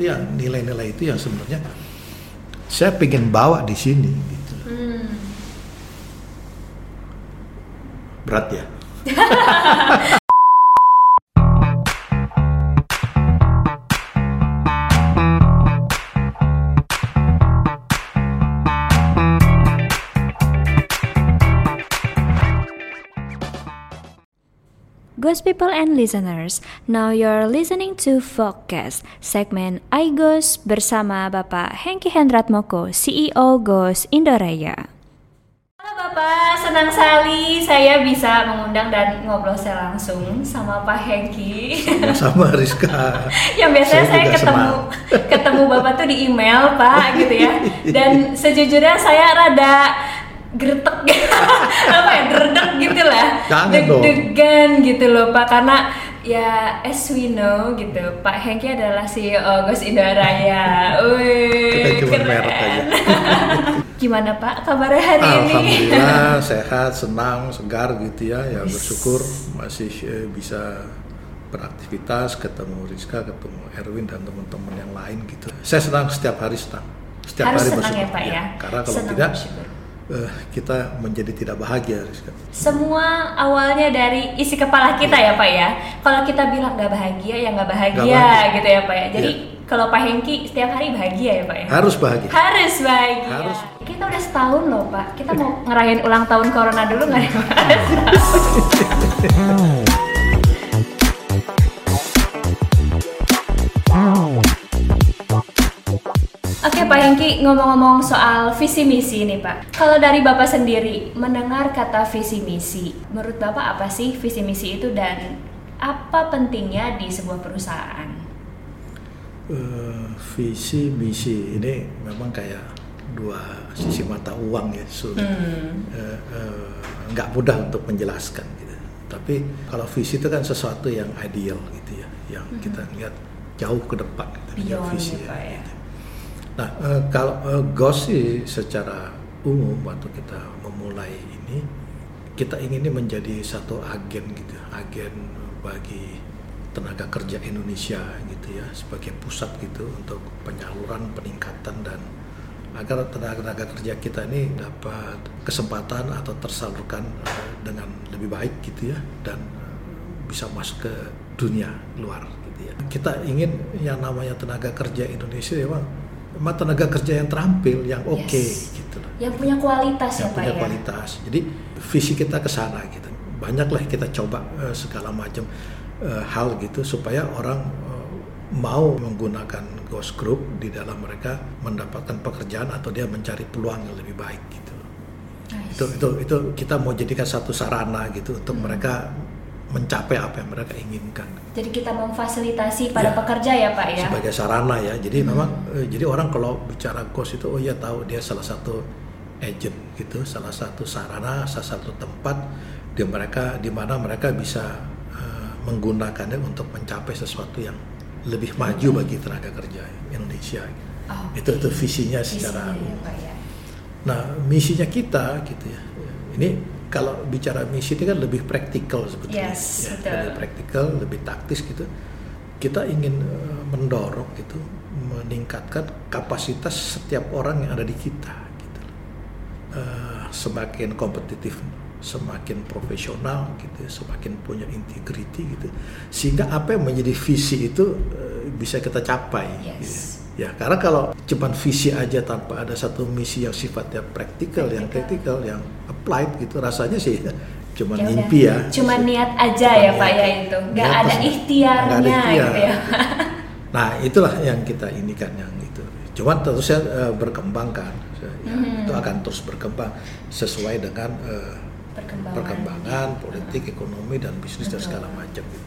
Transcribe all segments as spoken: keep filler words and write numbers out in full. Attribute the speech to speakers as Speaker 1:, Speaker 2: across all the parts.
Speaker 1: Itu yang nilai-nilai itu yang sebenarnya saya pengen bawa di sini gitu. Hmm. Berat ya.
Speaker 2: Ghost people and listeners, now you're listening to Vlogcast, segmen iGhost bersama Bapak Hengki Hendratmoko, C E O Ghost Indoraya. Halo Bapak, senang sekali saya bisa mengundang dan ngobrol secara langsung sama Pak Hengki.
Speaker 1: Sama Rizka.
Speaker 2: Yang biasanya saya, saya ketemu senang. ketemu Bapak tuh di email Pak gitu ya. Dan sejujurnya saya rada gertek apa ya derdek gitu lah, deg-degan gitu loh Pak, karena ya as we know gitu Pak Hengki adalah C E O Ghost Indoraya. Wih, keren. Gimana Pak kabarnya hari
Speaker 1: Alhamdulillah,
Speaker 2: ini?
Speaker 1: Alhamdulillah sehat, senang, segar gitu ya. Ya bersyukur masih eh, bisa beraktivitas, ketemu Rizka, ketemu Erwin dan teman-teman yang lain gitu. Saya senang setiap hari senang. Setiap
Speaker 2: Harus
Speaker 1: hari
Speaker 2: senang
Speaker 1: bersyukur
Speaker 2: ya Pak ya. ya.
Speaker 1: Karena kalau
Speaker 2: senang
Speaker 1: tidak
Speaker 2: bersyukur.
Speaker 1: Uh, kita menjadi tidak bahagia, Rizka.
Speaker 2: Semua awalnya dari isi kepala kita ya Pak ya. Kalau kita bilang nggak bahagia ya nggak bahagia, bahagia gitu ya Pak ya. Jadi yeah. Kalau Pak Hengki setiap hari bahagia ya Pak ya.
Speaker 1: Harus bahagia.
Speaker 2: Harus bahagia. Harus. Kita udah setahun loh Pak. Kita mau ngerayain ulang tahun corona dulu nggak ya Pak? Oke Pak Hengki, ngomong-ngomong soal visi misi nih Pak. Kalau dari Bapak sendiri mendengar kata visi misi, menurut Bapak apa sih visi misi itu dan apa pentingnya di sebuah perusahaan?
Speaker 1: Uh, visi misi ini memang kayak dua sisi mata uang ya, sulit. Hmm. Uh, uh, nggak mudah untuk menjelaskan gitu. Tapi kalau visi itu kan sesuatu yang ideal gitu ya, yang hmm. kita lihat jauh ke depan gitu.
Speaker 2: Beyond
Speaker 1: visi
Speaker 2: ya, Pak ya.
Speaker 1: Gitu. Nah, uh, kalau uh, Ghost sih secara umum waktu kita memulai ini, kita inginnya menjadi satu agen gitu, agen bagi tenaga kerja Indonesia gitu ya, sebagai pusat gitu untuk penyaluran, peningkatan dan agar tenaga-tenaga kerja kita ini dapat kesempatan atau tersalurkan uh, dengan lebih baik gitu ya, dan uh, bisa masuk ke dunia luar gitu ya. Kita ingin yang namanya tenaga kerja Indonesia memang memang tenaga kerja yang terampil, yang oke okay, yes. gitu loh.
Speaker 2: Yang punya kualitas
Speaker 1: yang
Speaker 2: ya
Speaker 1: punya
Speaker 2: Pak
Speaker 1: kualitas. Ya? Jadi visi kita ke sana gitu. Banyaklah kita coba uh, segala macam uh, hal gitu supaya orang uh, mau menggunakan Ghost Group di dalam mereka mendapatkan pekerjaan atau dia mencari peluang yang lebih baik gitu. Nice. Itu itu itu kita mau jadikan satu sarana gitu untuk hmm. mereka mencapai apa yang mereka inginkan.
Speaker 2: Jadi kita memfasilitasi para ya, pekerja ya Pak ya?
Speaker 1: Sebagai sarana ya, jadi hmm. memang eh, jadi orang kalau bicara Ghost itu oh iya tahu dia salah satu agent gitu, salah satu sarana, salah satu tempat di mereka di mana mereka bisa uh, menggunakannya untuk mencapai sesuatu yang lebih maju hmm. bagi tenaga kerja Indonesia. Oh, itu itu visinya secara umum. Ya, ya. Nah misinya kita gitu ya, ini kalau bicara misi itu kan lebih praktikal sebetulnya,
Speaker 2: yes,
Speaker 1: ya, lebih praktikal, lebih taktis gitu. Kita ingin uh, mendorong gitu, meningkatkan kapasitas setiap orang yang ada di kita, gitu. Uh, semakin kompetitif, semakin profesional, gitu, semakin punya integriti, gitu. Sehingga apa yang menjadi visi itu uh, bisa kita capai.
Speaker 2: Yes.
Speaker 1: Gitu. Ya, karena kalau cuma visi aja tanpa ada satu misi yang sifatnya praktikal, yang kritikal, yang applied gitu, rasanya sih cuma ya mimpi ya.
Speaker 2: Cuma niat aja cuma ya niat, Pak ya itu, nggak ada ikhtiarnya ikhtiar. Gitu ya. Nah itulah yang kita inikan yang itu. Cuman terusnya uh, berkembang kan, ya, hmm. itu akan terus berkembang sesuai dengan uh, perkembangan, perkembangan politik, ekonomi dan bisnis. Betul. Dan segala macam gitu.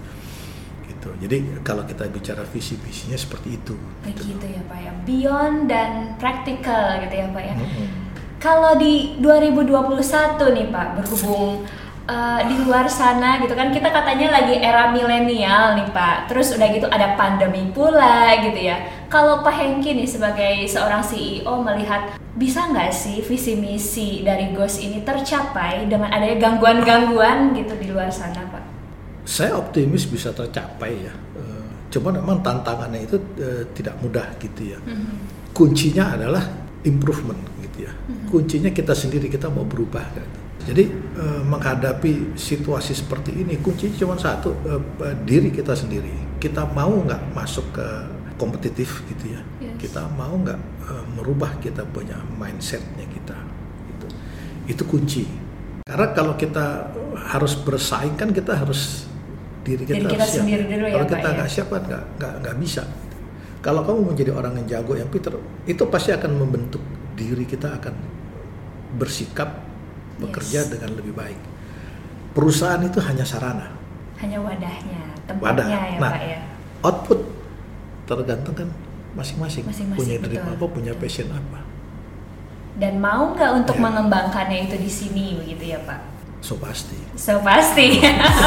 Speaker 2: Jadi kalau kita bicara visi-visinya seperti itu. Begitu gitu ya Pak ya, beyond dan practical gitu ya Pak ya. Mm-hmm. Kalau di dua ribu dua puluh satu nih Pak, berhubung uh, di luar sana gitu kan, kita katanya lagi era milenial nih Pak. Terus udah gitu ada pandemi pula gitu ya. Kalau Pak Hengki nih sebagai seorang C E O melihat bisa nggak sih visi misi dari Ghost ini tercapai dengan adanya gangguan-gangguan gitu di luar sana Pak?
Speaker 1: Saya optimis bisa tercapai ya. Cuma memang tantangannya itu uh, tidak mudah gitu ya. Mm-hmm. Kuncinya adalah improvement gitu ya. Mm-hmm. Kuncinya kita sendiri, kita mau berubah kan. Jadi uh, menghadapi situasi seperti ini kuncinya cuma satu, uh, diri kita sendiri. Kita mau nggak masuk ke kompetitif gitu ya. Yes. Kita mau nggak uh, merubah kita punya mindsetnya kita. Gitu. Itu kunci. Karena kalau kita harus bersaing kan kita harus diri kita,
Speaker 2: diri kita
Speaker 1: harus siap.
Speaker 2: Sendiri dulu
Speaker 1: kalau
Speaker 2: ya,
Speaker 1: kita nggak
Speaker 2: ya?
Speaker 1: siap kan nggak nggak nggak bisa. Kalau kamu menjadi orang yang jago, yang pintar, itu pasti akan membentuk diri kita, akan bersikap bekerja yes. dengan lebih baik. Perusahaan itu hanya sarana,
Speaker 2: hanya wadahnya, tempatnya
Speaker 1: wadah.
Speaker 2: Ya
Speaker 1: nah,
Speaker 2: Pak ya.
Speaker 1: Output tergantung kan masing-masing,
Speaker 2: masing-masing
Speaker 1: punya dream
Speaker 2: betul,
Speaker 1: apa, punya
Speaker 2: betul.
Speaker 1: passion apa.
Speaker 2: Dan mau nggak untuk
Speaker 1: ya.
Speaker 2: mengembangkannya itu di sini begitu ya Pak?
Speaker 1: So pasti.
Speaker 2: So pasti.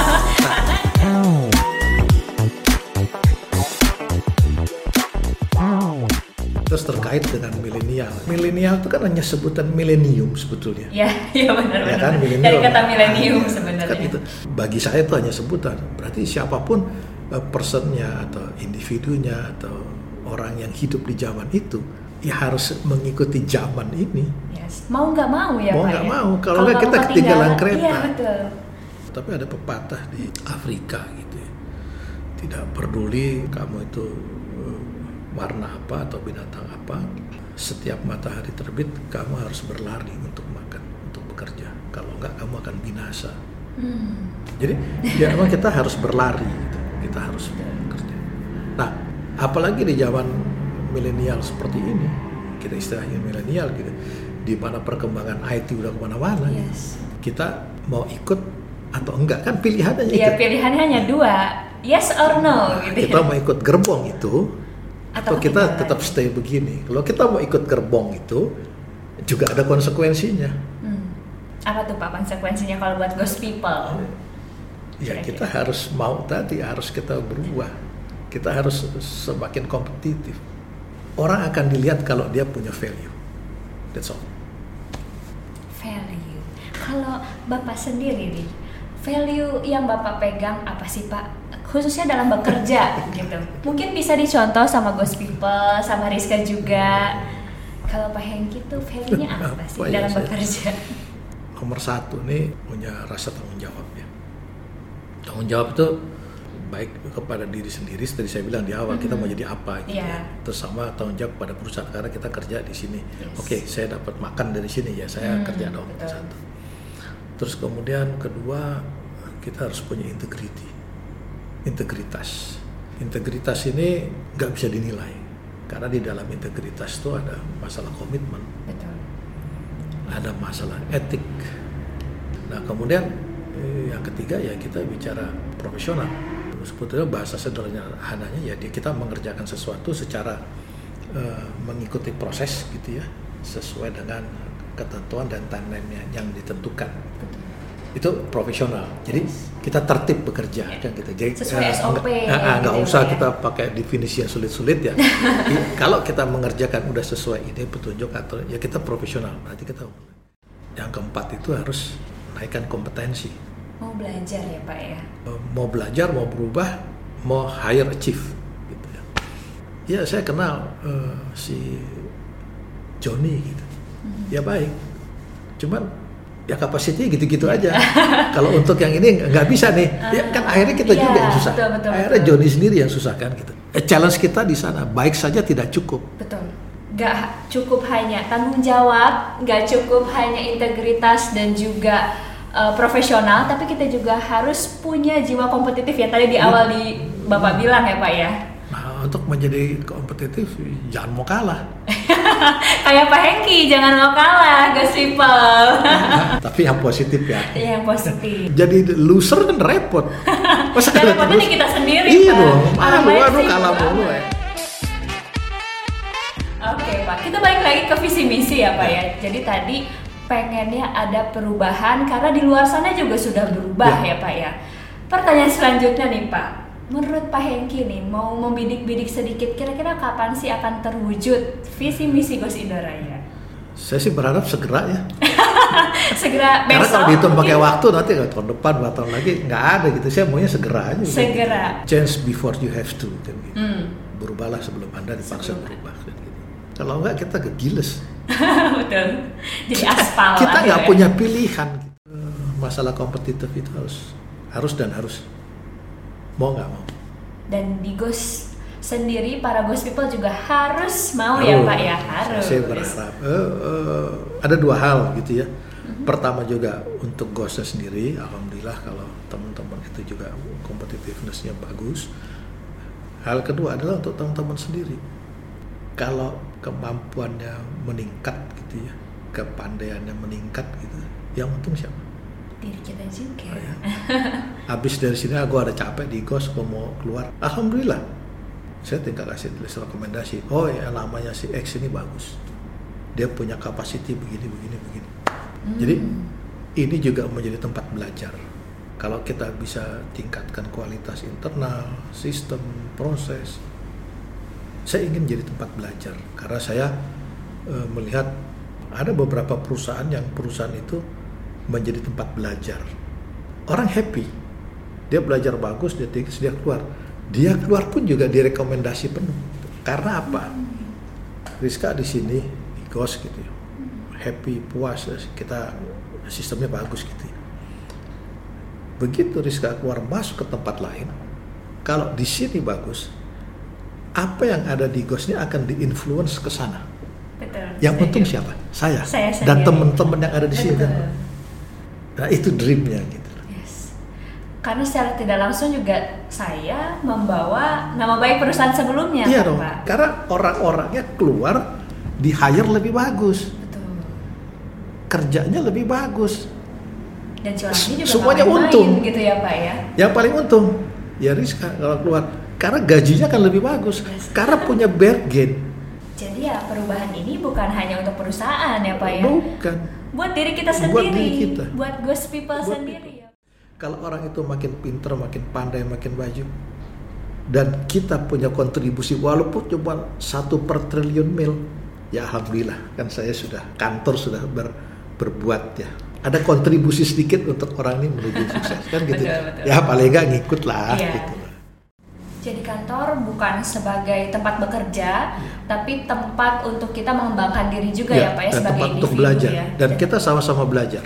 Speaker 1: Terus terkait dengan milenial, milenial itu kan hanya sebutan milenium sebetulnya.
Speaker 2: Ya, ya benar-benar.
Speaker 1: Ya kan,
Speaker 2: dari kata milenium sebenarnya.
Speaker 1: Kan itu, bagi saya itu hanya sebutan. Berarti siapapun uh, personnya atau individunya atau orang yang hidup di zaman itu, ya harus mengikuti zaman ini.
Speaker 2: Yes. Mau nggak mau ya
Speaker 1: mau
Speaker 2: Pak
Speaker 1: nggak
Speaker 2: ya?
Speaker 1: mau, kalau nggak kita ketinggalan kereta.
Speaker 2: Iya betul.
Speaker 1: Tapi ada pepatah di Afrika gitu ya. Tidak peduli kamu itu warna apa atau binatang apa, setiap matahari terbit kamu harus berlari untuk makan, untuk bekerja. Kalau enggak kamu akan binasa. Hmm. Jadi ya memang kita harus berlari, gitu. Kita harus bekerja. Nah, apalagi di zaman milenial seperti ini, kita istilahnya milenial gitu, di mana perkembangan I T udah kemana-mana, yes. gitu. Kita mau ikut atau enggak kan pilihannya itu.
Speaker 2: Iya pilihannya hanya dua, yes or no.
Speaker 1: Nah,
Speaker 2: gitu
Speaker 1: kita
Speaker 2: ya.
Speaker 1: mau ikut gerbong itu. Atau kita tetap
Speaker 2: lagi.
Speaker 1: stay begini. Kalau kita mau ikut gerbong itu juga ada konsekuensinya.
Speaker 2: Hmm. Apa tuh Pak konsekuensinya kalau buat ghost people?
Speaker 1: Ya kita kira. harus mau tadi, harus kita berubah. Kita harus semakin kompetitif. Orang akan dilihat kalau dia punya value. That's all.
Speaker 2: Value. Kalau Bapak sendiri nih, value yang Bapak pegang apa sih Pak? Khususnya dalam bekerja gitu. Mungkin bisa dicontoh sama Ghost People, sama Rizka juga. Kalau Pak Hengki tuh value-nya apa, apa sih ya, dalam saya, bekerja?
Speaker 1: Nomor satu nih punya rasa tanggung jawab ya. Tanggung jawab itu baik kepada diri sendiri, seperti saya bilang di awal, mm-hmm. kita mau jadi apa gitu yeah. ya. Terus sama tanggung jawab pada perusahaan karena kita kerja di sini. Yes. Oke, okay, saya dapat makan dari sini ya, saya mm, kerja dong. Betul. Satu. Terus kemudian kedua, kita harus punya integrity. Integritas. Integritas ini nggak bisa dinilai karena di dalam integritas itu ada masalah komitmen, betul. Ada masalah etik. Nah kemudian eh, yang ketiga ya kita bicara profesional. Sebetulnya bahasa sederhananya ya kita mengerjakan sesuatu secara eh, mengikuti proses gitu ya, sesuai dengan ketentuan dan timeline yang ditentukan. Betul. Itu profesional. Jadi kita tertib bekerja kan gitu. Jadi
Speaker 2: sesuai uh, S O P.
Speaker 1: Enggak
Speaker 2: gitu
Speaker 1: usah
Speaker 2: ya.
Speaker 1: kita pakai definisi yang sulit-sulit ya. Kalau kita mengerjakan udah sesuai ide petunjuk atau ya kita profesional. Berarti kita. Yang keempat itu harus naikkan kompetensi.
Speaker 2: Mau belajar ya Pak ya.
Speaker 1: Mau belajar, mau berubah, mau higher achieve gitu ya. Ya saya kenal uh, si Johnny gitu. Mm-hmm. Ya baik. Cuman ya kapasitinya gitu-gitu aja. Kalau untuk yang ini nggak bisa nih, ya kan akhirnya kita
Speaker 2: iya,
Speaker 1: juga yang susah.
Speaker 2: Betul, betul,
Speaker 1: akhirnya
Speaker 2: betul.
Speaker 1: Johnny sendiri yang susah kan gitu. Eh, challenge kita di sana, baik saja tidak cukup.
Speaker 2: Betul. Nggak cukup hanya tanggung jawab, nggak cukup hanya integritas dan juga uh, profesional, tapi kita juga harus punya jiwa kompetitif ya. Tadi di awal di Bapak bilang ya Pak ya.
Speaker 1: Nah, untuk menjadi kompetitif jangan mau kalah.
Speaker 2: Kayak Pak Hengki, jangan mau kalah, Ghost People.
Speaker 1: Nah, tapi yang positif ya.
Speaker 2: Yang positif.
Speaker 1: Jadi loser kan repot.
Speaker 2: Masa yang repotnya terus, kita sendiri.
Speaker 1: Iya
Speaker 2: Pak.
Speaker 1: dong, malu, aduh kalah mulu ya.
Speaker 2: Oke Pak, kita balik lagi ke visi misi ya Pak ya. Jadi tadi pengennya ada perubahan karena di luar sana juga sudah berubah ya, ya Pak ya. Pertanyaan selanjutnya nih Pak. Menurut Pak Hengki nih, mau membidik-bidik sedikit, kira-kira kapan sih akan terwujud visi misi Ghost Indoraya?
Speaker 1: Saya sih berharap segera ya.
Speaker 2: Segera besok.
Speaker 1: Karena kalau dihitung pakai waktu nanti nggak tahun depan, dua tahun lagi nggak ada gitu. Saya maunya segera aja.
Speaker 2: Segera.
Speaker 1: Gitu. Change before you have to. Kan, gitu.
Speaker 2: Hmm.
Speaker 1: Berubahlah sebelum Anda dipaksa
Speaker 2: sebelum.
Speaker 1: berubah. Kan, gitu. Kalau nggak kita kegiles.
Speaker 2: Betul. Jadi aspal.
Speaker 1: Kita nggak
Speaker 2: ya.
Speaker 1: punya pilihan. Gitu. Masalah kompetitif itu harus harus dan harus. Mau nggak mau.
Speaker 2: Dan di Ghost sendiri para Ghost people juga harus mau harus. Ya Pak ya harus.
Speaker 1: Saya berharap uh, uh, ada dua hal gitu ya. Mm-hmm. Pertama juga untuk Ghostnya sendiri, alhamdulillah kalau teman-teman itu juga competitiveness-nya bagus. Hal kedua adalah untuk teman-teman sendiri. Kalau kemampuannya meningkat gitu ya, kepandaiannya meningkat gitu, yang untung siapa?
Speaker 2: Diri kita juga. Oh, ya.
Speaker 1: Habis dari sini aku ada capek di Ghost, aku mau keluar. Alhamdulillah. Saya tinggal kasih tulis rekomendasi. Oh ya namanya si X ini bagus. Dia punya kapasiti begini begini begini. Hmm. Jadi ini juga menjadi tempat belajar. Kalau kita bisa tingkatkan kualitas internal, sistem, proses. Saya ingin jadi tempat belajar karena saya e, melihat ada beberapa perusahaan yang perusahaan itu menjadi tempat belajar. Orang happy. Dia belajar bagus, dia tinggi, dia keluar. Dia keluar pun juga direkomendasi penuh. Karena apa? Rizka di sini di Ghost gitu ya. Happy, puas, kita sistemnya bagus gitu ya. Begitu Rizka keluar masuk ke tempat lain, kalau di sini bagus, apa yang ada di Ghost ini akan diinfluence ke sana.
Speaker 2: Betul.
Speaker 1: Yang untung siapa? Saya.
Speaker 2: Saya
Speaker 1: dan teman-teman yang ada di sini.
Speaker 2: Betul.
Speaker 1: Kan? Nah itu dreamnya gitu.
Speaker 2: Karena secara tidak langsung juga saya membawa nama baik perusahaan sebelumnya,
Speaker 1: iya
Speaker 2: kan,
Speaker 1: dong.
Speaker 2: Pak?
Speaker 1: Karena orang-orangnya keluar di hire lebih bagus,
Speaker 2: betul.
Speaker 1: Kerjanya lebih bagus,
Speaker 2: dan cuannya juga
Speaker 1: semuanya untung,
Speaker 2: gitu ya Pak ya.
Speaker 1: Yang paling untung ya Rizka kalau keluar, karena gajinya kan lebih bagus, yes. Karena punya bargain.
Speaker 2: Jadi ya perubahan ini bukan hanya untuk perusahaan ya Pak ya.
Speaker 1: Bukan.
Speaker 2: Buat diri kita sendiri,
Speaker 1: buat, diri kita.
Speaker 2: buat Ghost people
Speaker 1: buat
Speaker 2: sendiri.
Speaker 1: People. Kalau orang itu makin pintar, makin pandai, makin maju, dan kita punya kontribusi walaupun cuma satu per triliun mil, ya alhamdulillah kan saya sudah kantor sudah ber, berbuat ya. Ada kontribusi sedikit untuk orang ini menuju sukses kan gitu.
Speaker 2: Betul, betul.
Speaker 1: Ya paling nggak ngikut lah.
Speaker 2: Iya.
Speaker 1: Gitu.
Speaker 2: Jadi kantor bukan sebagai tempat bekerja, ya. Tapi tempat untuk kita mengembangkan diri juga ya, ya Pak ya, sebagai
Speaker 1: tempat
Speaker 2: individu
Speaker 1: untuk belajar.
Speaker 2: Ya.
Speaker 1: Dan kita sama-sama belajar.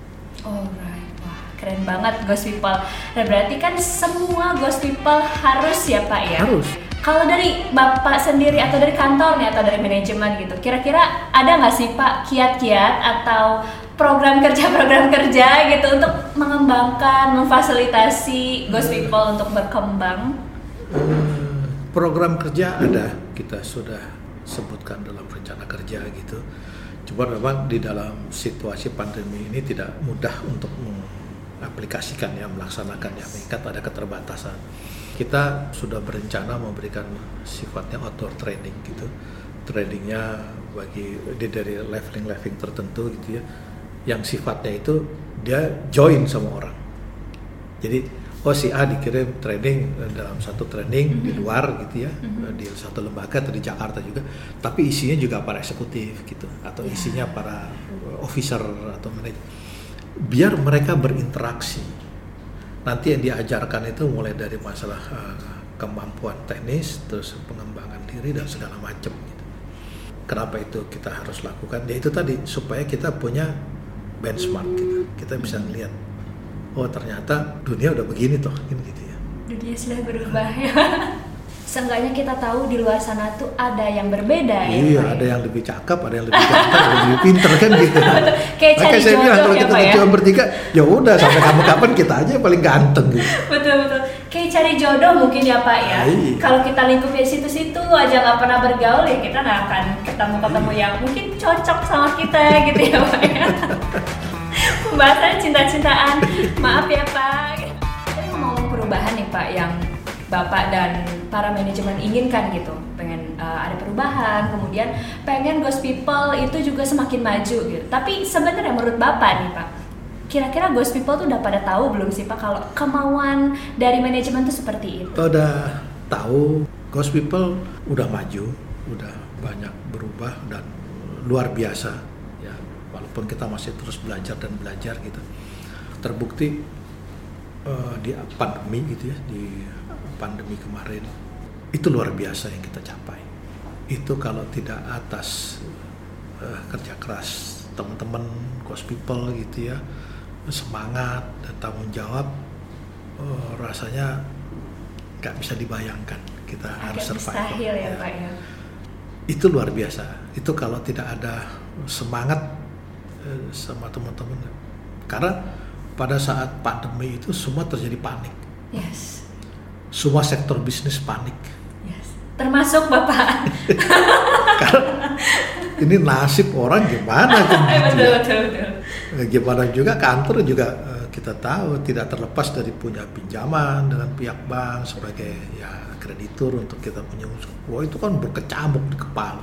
Speaker 2: Keren banget Ghost people. Nah berarti kan semua Ghost people harus ya Pak ya?
Speaker 1: Harus.
Speaker 2: Kalau dari Bapak sendiri atau dari kantornya atau dari manajemen gitu, kira-kira ada nggak sih Pak kiat-kiat atau program kerja-program kerja gitu untuk mengembangkan, memfasilitasi Ghost people untuk berkembang?
Speaker 1: Hmm, program kerja ada, kita sudah sebutkan dalam rencana kerja gitu. Cuma memang di dalam situasi pandemi ini tidak mudah untuk aplikasikan ya, melaksanakan ya, mengingat ada keterbatasan. Kita sudah berencana memberikan sifatnya outdoor training gitu, trainingnya bagi dari leveling-leveling tertentu gitu ya, yang sifatnya itu dia join sama orang. Jadi oh si A dikirim training dalam satu training mm-hmm. di luar gitu ya, mm-hmm. di satu lembaga atau di Jakarta juga, tapi isinya juga para eksekutif gitu, atau yeah. isinya para officer atau manajer. Biar mereka berinteraksi. Nanti yang diajarkan itu mulai dari masalah uh, kemampuan teknis, terus pengembangan diri dan segala macam. Gitu. Kenapa itu kita harus lakukan? Ya itu tadi supaya kita punya benchmark gitu. Kita bisa melihat, oh ternyata dunia udah begini toh, gitu ya.
Speaker 2: Dunia sudah berubah ya. Seenggaknya kita tahu di luar sana tuh ada yang berbeda ya.
Speaker 1: Iya, ada yang lebih cakep, ada yang lebih ganteng, ada yang lebih pinter kan gitu.
Speaker 2: Kayak cari
Speaker 1: saya
Speaker 2: jodoh
Speaker 1: bilang kalau
Speaker 2: ya,
Speaker 1: kita
Speaker 2: Pak ya.
Speaker 1: cuma bertiga, ya udah sampai kapan-kapan kita aja yang paling ganteng gitu.
Speaker 2: Betul betul. Kayak cari jodoh mungkin ya Pak ya.
Speaker 1: Iya.
Speaker 2: Kalau kita lingkup di situ-situ aja nggak pernah bergaul ya kita nggak akan ketemu-ketemu yang mungkin cocok sama kita gitu ya Pak ya. Pembahasan cinta-cintaan. Maaf ya Pak. Tapi ngomong perubahan nih Pak yang Bapak dan para manajemen inginkan gitu, pengen uh, ada perubahan, kemudian pengen Ghost people itu juga semakin maju gitu. Tapi sebenarnya menurut Bapak nih Pak, kira-kira Ghost people tuh udah pada tahu belum sih Pak kalau kemauan dari manajemen tuh seperti itu?
Speaker 1: Udah tahu, Ghost people udah maju, udah banyak berubah dan luar biasa walaupun kita masih terus belajar dan belajar gitu. Terbukti uh, di pandemi gitu ya, di pandemi kemarin itu luar biasa yang kita capai. Itu kalau tidak atas uh, kerja keras teman-teman Ghost People gitu ya, semangat dan tanggung jawab, uh, rasanya nggak bisa dibayangkan kita agak harus survive.
Speaker 2: Mustahil ya, ya Pak ya.
Speaker 1: Itu luar biasa. Itu kalau tidak ada semangat uh, sama teman-teman. Karena pada saat pandemi itu semua terjadi panik.
Speaker 2: Yes.
Speaker 1: Semua sektor bisnis panik.
Speaker 2: Yes. Termasuk Bapak.
Speaker 1: Karena ini nasib orang gimana kan gitu
Speaker 2: betul,
Speaker 1: ya.
Speaker 2: betul, betul.
Speaker 1: Gimana juga kantor juga kita tahu tidak terlepas dari punya pinjaman dengan pihak bank sebagai ya kreditur untuk kita punya usaha. Wah itu kan berkecamuk di kepala.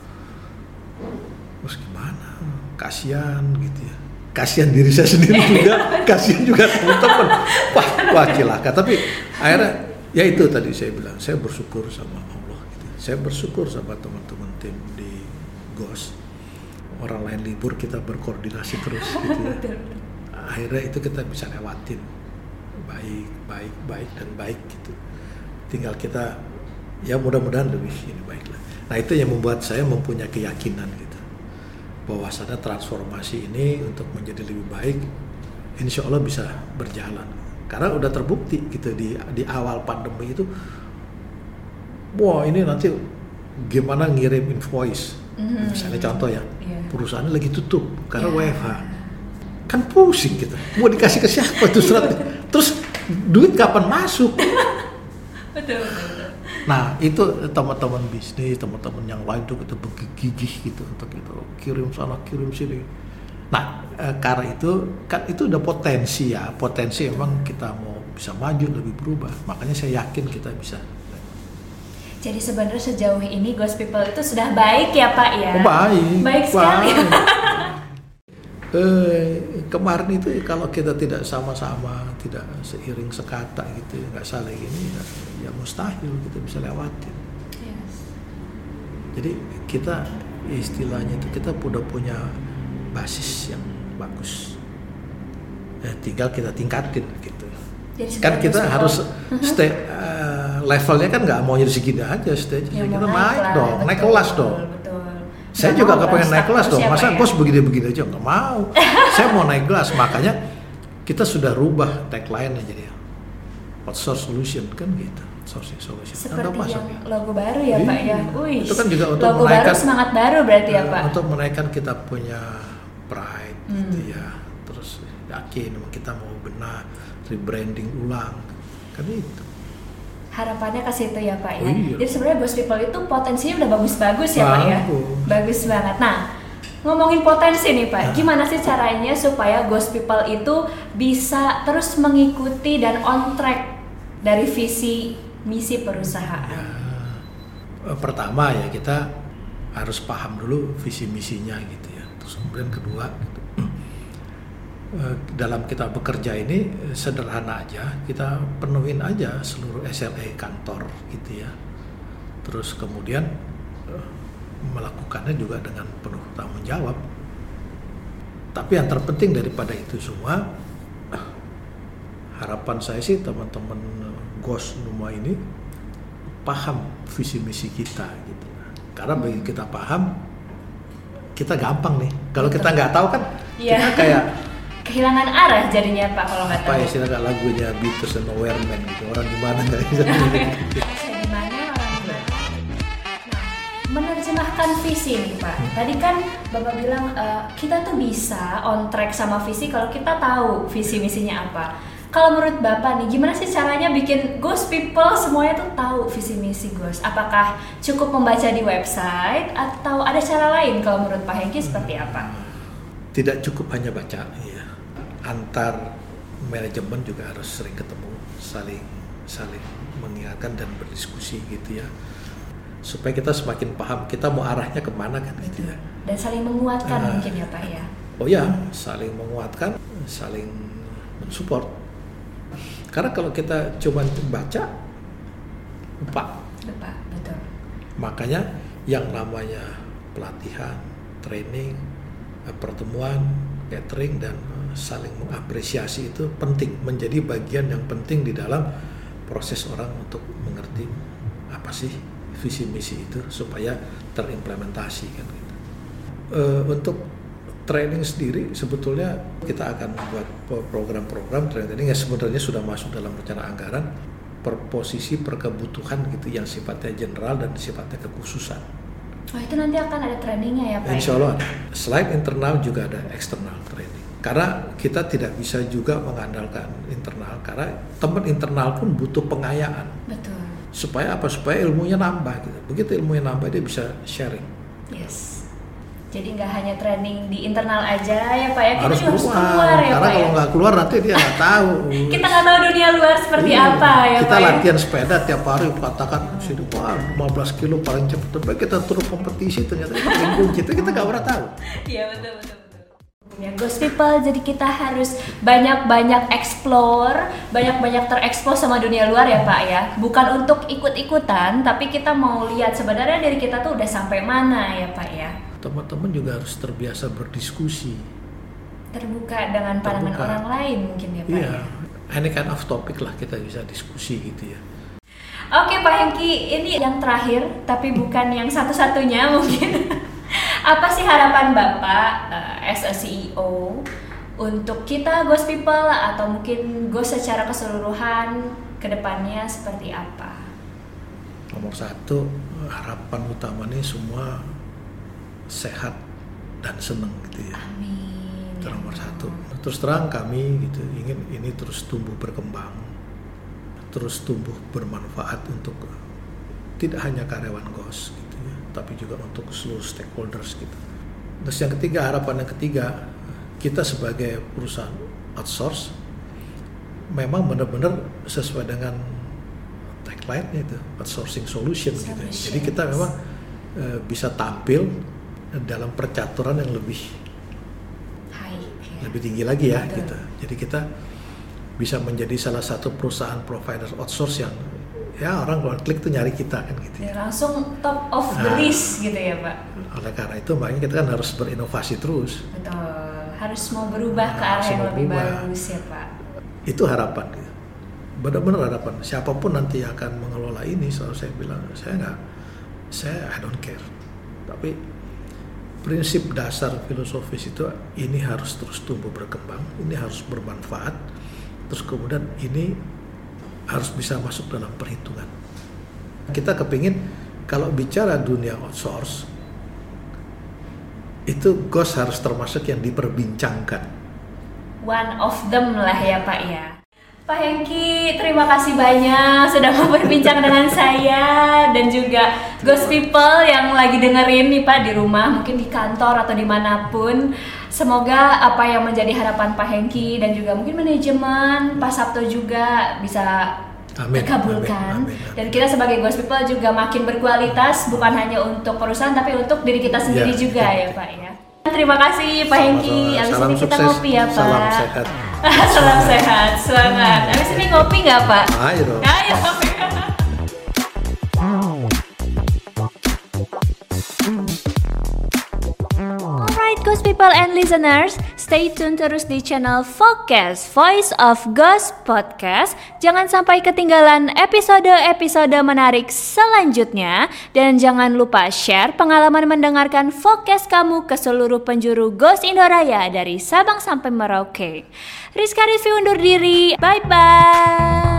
Speaker 1: Terus gimana? Kasihan gitu ya. Kasihan diri saya sendiri juga, kasihan juga teman-teman. Wah, wah cilaka. Tapi akhirnya ya itu tadi saya bilang, saya bersyukur sama Allah gitu. Saya bersyukur sama teman-teman tim di Ghost. Orang lain libur kita berkoordinasi terus gitu ya. Akhirnya itu kita bisa lewatin baik, baik, baik dan baik gitu. Tinggal kita ya mudah-mudahan lebih ini baiklah. Nah itu yang membuat saya mempunyai keyakinan gitu. Bahwasanya transformasi ini untuk menjadi lebih baik, insya Allah bisa berjalan. Karena udah terbukti gitu di di awal pandemi itu, wah ini nanti gimana ngirim invoice, mm-hmm. misalnya contoh ya, yeah. perusahaannya lagi tutup karena yeah. W F H, kan pusing kita, mau dikasih ke siapa tuh suratnya, terus duit kapan masuk?
Speaker 2: Betul, betul.
Speaker 1: Nah itu teman-teman bisnis, teman-teman yang lain tuh kita bergigih gitu untuk itu kirim sana kirim sini. Nah e, karena itu kan itu udah potensi ya, potensi emang kita mau bisa maju lebih berubah. Makanya saya yakin kita bisa.
Speaker 2: Jadi sebenarnya sejauh ini Ghost People itu sudah baik ya Pak ya?
Speaker 1: Oh, baik.
Speaker 2: Baik sekali.
Speaker 1: Eh, kemarin itu kalau kita tidak sama-sama, tidak seiring sekata gitu, nggak saling ini, ya, ya mustahil kita bisa lewatin.
Speaker 2: Yes.
Speaker 1: Jadi kita istilahnya itu kita udah punya basis yang bagus. Eh, tinggal kita tingkatin gitu.
Speaker 2: Jadi
Speaker 1: kan kita harus stay uh, levelnya kan nggak mau jadi segini aja stage-nya, ya, kita naik lah, dong, betul, naik kelas dong. Betul. Saya juga nggak pengen naik kelas dong, masa bos ya? begini-begini aja nggak mau. Saya mau naik kelas, makanya kita sudah rubah tagline-nya jadi outsource solution kan gitu, outsourcing solution.
Speaker 2: Seperti nah, yang ya. Logo baru ya Pak ya, Wih,
Speaker 1: itu kan juga untuk
Speaker 2: logo
Speaker 1: menaikkan
Speaker 2: baru, semangat baru berarti ya Pak.
Speaker 1: Untuk menaikkan kita punya pride, hmm. gitu ya, terus yakin kita mau benar rebranding ulang, kan itu.
Speaker 2: Harapannya ke situ ya Pak ya.
Speaker 1: Oh, iya.
Speaker 2: Jadi sebenarnya Ghost People itu potensinya udah bagus-bagus ya Pak ya. Bagus banget. Nah, ngomongin potensi nih Pak, nah. gimana sih caranya supaya Ghost People itu bisa terus mengikuti dan on track dari visi misi perusahaan?
Speaker 1: Ya, pertama ya kita harus paham dulu visi misinya gitu ya. Terus kemudian kedua gitu. Dalam kita bekerja ini sederhana aja, kita penuhin aja seluruh S L A kantor gitu ya. Terus kemudian melakukannya juga dengan penuh tanggung jawab. Tapi yang terpenting daripada itu semua, harapan saya sih teman-teman Ghost Numa ini paham visi misi kita gitu. Karena bagi kita paham, kita gampang nih. Kalau kita nggak tahu kan, yeah. kita kayak
Speaker 2: kehilangan arah jadinya Pak kalau nggak tahu.
Speaker 1: Apa istilahnya lagunya Beatles and Nowhere Man gitu, orang di mana nggak bisa.
Speaker 2: Saya di mana orang di mana. Nah, menerjemahkan visi nih Pak. Tadi kan Bapak bilang uh, kita tuh bisa on track sama visi kalau kita tahu visi misinya apa. Kalau menurut Bapak nih, gimana sih caranya bikin Ghost People semuanya tuh tahu visi misi Ghost? Apakah cukup membaca di website atau ada cara lain? Kalau menurut Pak Hengki seperti apa?
Speaker 1: Tidak cukup hanya baca, ya. Antar manajemen juga harus sering ketemu, saling saling mengingatkan dan berdiskusi gitu ya, supaya kita semakin paham kita mau arahnya kemana kan gitu ya.
Speaker 2: Dan saling menguatkan uh, mungkin ya Pak ya.
Speaker 1: Oh ya, saling menguatkan, saling mensupport. Karena kalau kita cuma baca, lupa.
Speaker 2: Lupa, betul.
Speaker 1: Makanya yang namanya pelatihan, training, uh, pertemuan, catering dan uh, saling mengapresiasi itu penting, menjadi bagian yang penting di dalam proses orang untuk mengerti apa sih visi misi itu supaya terimplementasi kan gitu. Uh, untuk training sendiri sebetulnya kita akan membuat program-program training yang sebenarnya sudah masuk dalam rencana anggaran per posisi per kebutuhan gitu yang sifatnya general dan sifatnya kekhususan.
Speaker 2: Oh itu nanti akan ada trainingnya ya Pak?
Speaker 1: Insya Allah ada. Selain internal juga ada eksternal training. Karena kita tidak bisa juga mengandalkan internal karena teman internal pun butuh pengayaan.
Speaker 2: Betul.
Speaker 1: Supaya apa? Supaya ilmunya nambah gitu. Begitu ilmunya nambah dia bisa sharing.
Speaker 2: Yes. Jadi nggak hanya training di internal aja ya Pak ya, kita
Speaker 1: harus
Speaker 2: juga harus
Speaker 1: keluar,
Speaker 2: keluar ya
Speaker 1: karena
Speaker 2: Pak
Speaker 1: kalau
Speaker 2: ya?
Speaker 1: nggak keluar nanti dia nggak tahu.
Speaker 2: Kita nggak tahu dunia luar seperti
Speaker 1: iya,
Speaker 2: apa ya
Speaker 1: kita
Speaker 2: Pak ya?
Speaker 1: latihan sepeda tiap hari katakan sini wah lima belas kilo paling cepat, tapi kita turun kompetisi ternyata lingkung gitu kita nggak pernah tahu.
Speaker 2: Iya betul betul. Ya, Ghost People, jadi kita harus banyak-banyak explore, banyak-banyak terekspos sama dunia luar ya Pak ya. Bukan untuk ikut-ikutan, tapi kita mau lihat sebenarnya diri kita tuh udah sampai mana ya Pak ya.
Speaker 1: Teman-teman juga harus terbiasa berdiskusi.
Speaker 2: Terbuka dengan pandangan Terbuka. orang lain mungkin ya Pak
Speaker 1: iya.
Speaker 2: ya.
Speaker 1: Any kind of topic lah kita bisa diskusi gitu ya.
Speaker 2: Oke Pak Hengki, ini yang terakhir tapi bukan yang satu-satunya mungkin. Apa sih harapan Bapak uh, as a C E O untuk kita Ghost People atau mungkin Ghost secara keseluruhan ke depannya seperti apa?
Speaker 1: Nomor satu, harapan utamanya semua sehat dan senang gitu ya.
Speaker 2: Amin.
Speaker 1: Itu nomor satu. Terus terang kami gitu ingin ini terus tumbuh berkembang, terus tumbuh bermanfaat untuk tidak hanya karyawan Ghost gitu ya, tapi juga untuk seluruh stakeholders gitu. Terus yang ketiga, harapan yang ketiga, kita sebagai perusahaan outsource memang benar-benar sesuai dengan tagline-nya itu outsourcing solution gitu ya. Jadi kita memang e, bisa tampil dalam percaturan yang lebih
Speaker 2: high, ya.
Speaker 1: lebih tinggi lagi ya.
Speaker 2: Betul.
Speaker 1: Gitu. Jadi kita bisa menjadi salah satu perusahaan provider outsource yang ya orang kalau klik tuh nyari kita kan gitu.
Speaker 2: Ya, langsung top of the
Speaker 1: nah,
Speaker 2: list gitu ya Pak.
Speaker 1: Oleh karena itu makanya kita kan harus berinovasi terus.
Speaker 2: Betul. Harus mau berubah nah, ke arah yang lebih bagus ya Pak.
Speaker 1: Itu harapan gitu. Benar-benar harapan. Siapapun nanti akan mengelola ini, selalu saya bilang saya nggak, saya I don't care. Tapi prinsip dasar filosofis itu ini harus terus tumbuh berkembang, ini harus bermanfaat, terus kemudian ini harus bisa masuk dalam perhitungan. Kita kepingin kalau bicara dunia outsource itu Ghost harus termasuk yang diperbincangkan.
Speaker 2: One of them lah ya Pak ya. Pak Hengki, terima kasih banyak sudah mau berbincang dengan saya dan juga Ghost People yang lagi dengerin nih Pak di rumah, mungkin di kantor atau dimanapun. Semoga apa yang menjadi harapan Pak Hengki dan juga mungkin manajemen Pak Sabto juga bisa
Speaker 1: Amin,
Speaker 2: terkabulkan.
Speaker 1: amin, amin, amin.
Speaker 2: Dan kita sebagai Ghost People juga makin berkualitas, bukan hanya untuk perusahaan tapi untuk diri kita sendiri ya, juga ya, ya Pak ya. Terima kasih Pak Hengki. Abis ini kita ngopi ya Pak.
Speaker 1: Salam sehat.
Speaker 2: Salam sehat, semangat. Abis ini ngopi nggak Pak?
Speaker 1: Ayo dong.
Speaker 2: Ayo. Alright Ghost People and listeners, stay tune terus di channel Focus Voice of Ghost Podcast. Jangan sampai ketinggalan episode-episode menarik selanjutnya. Dan jangan lupa share pengalaman mendengarkan Focus kamu ke seluruh penjuru Ghost Indoraya dari Sabang sampai Merauke. Rizka Rizvi undur diri, bye-bye.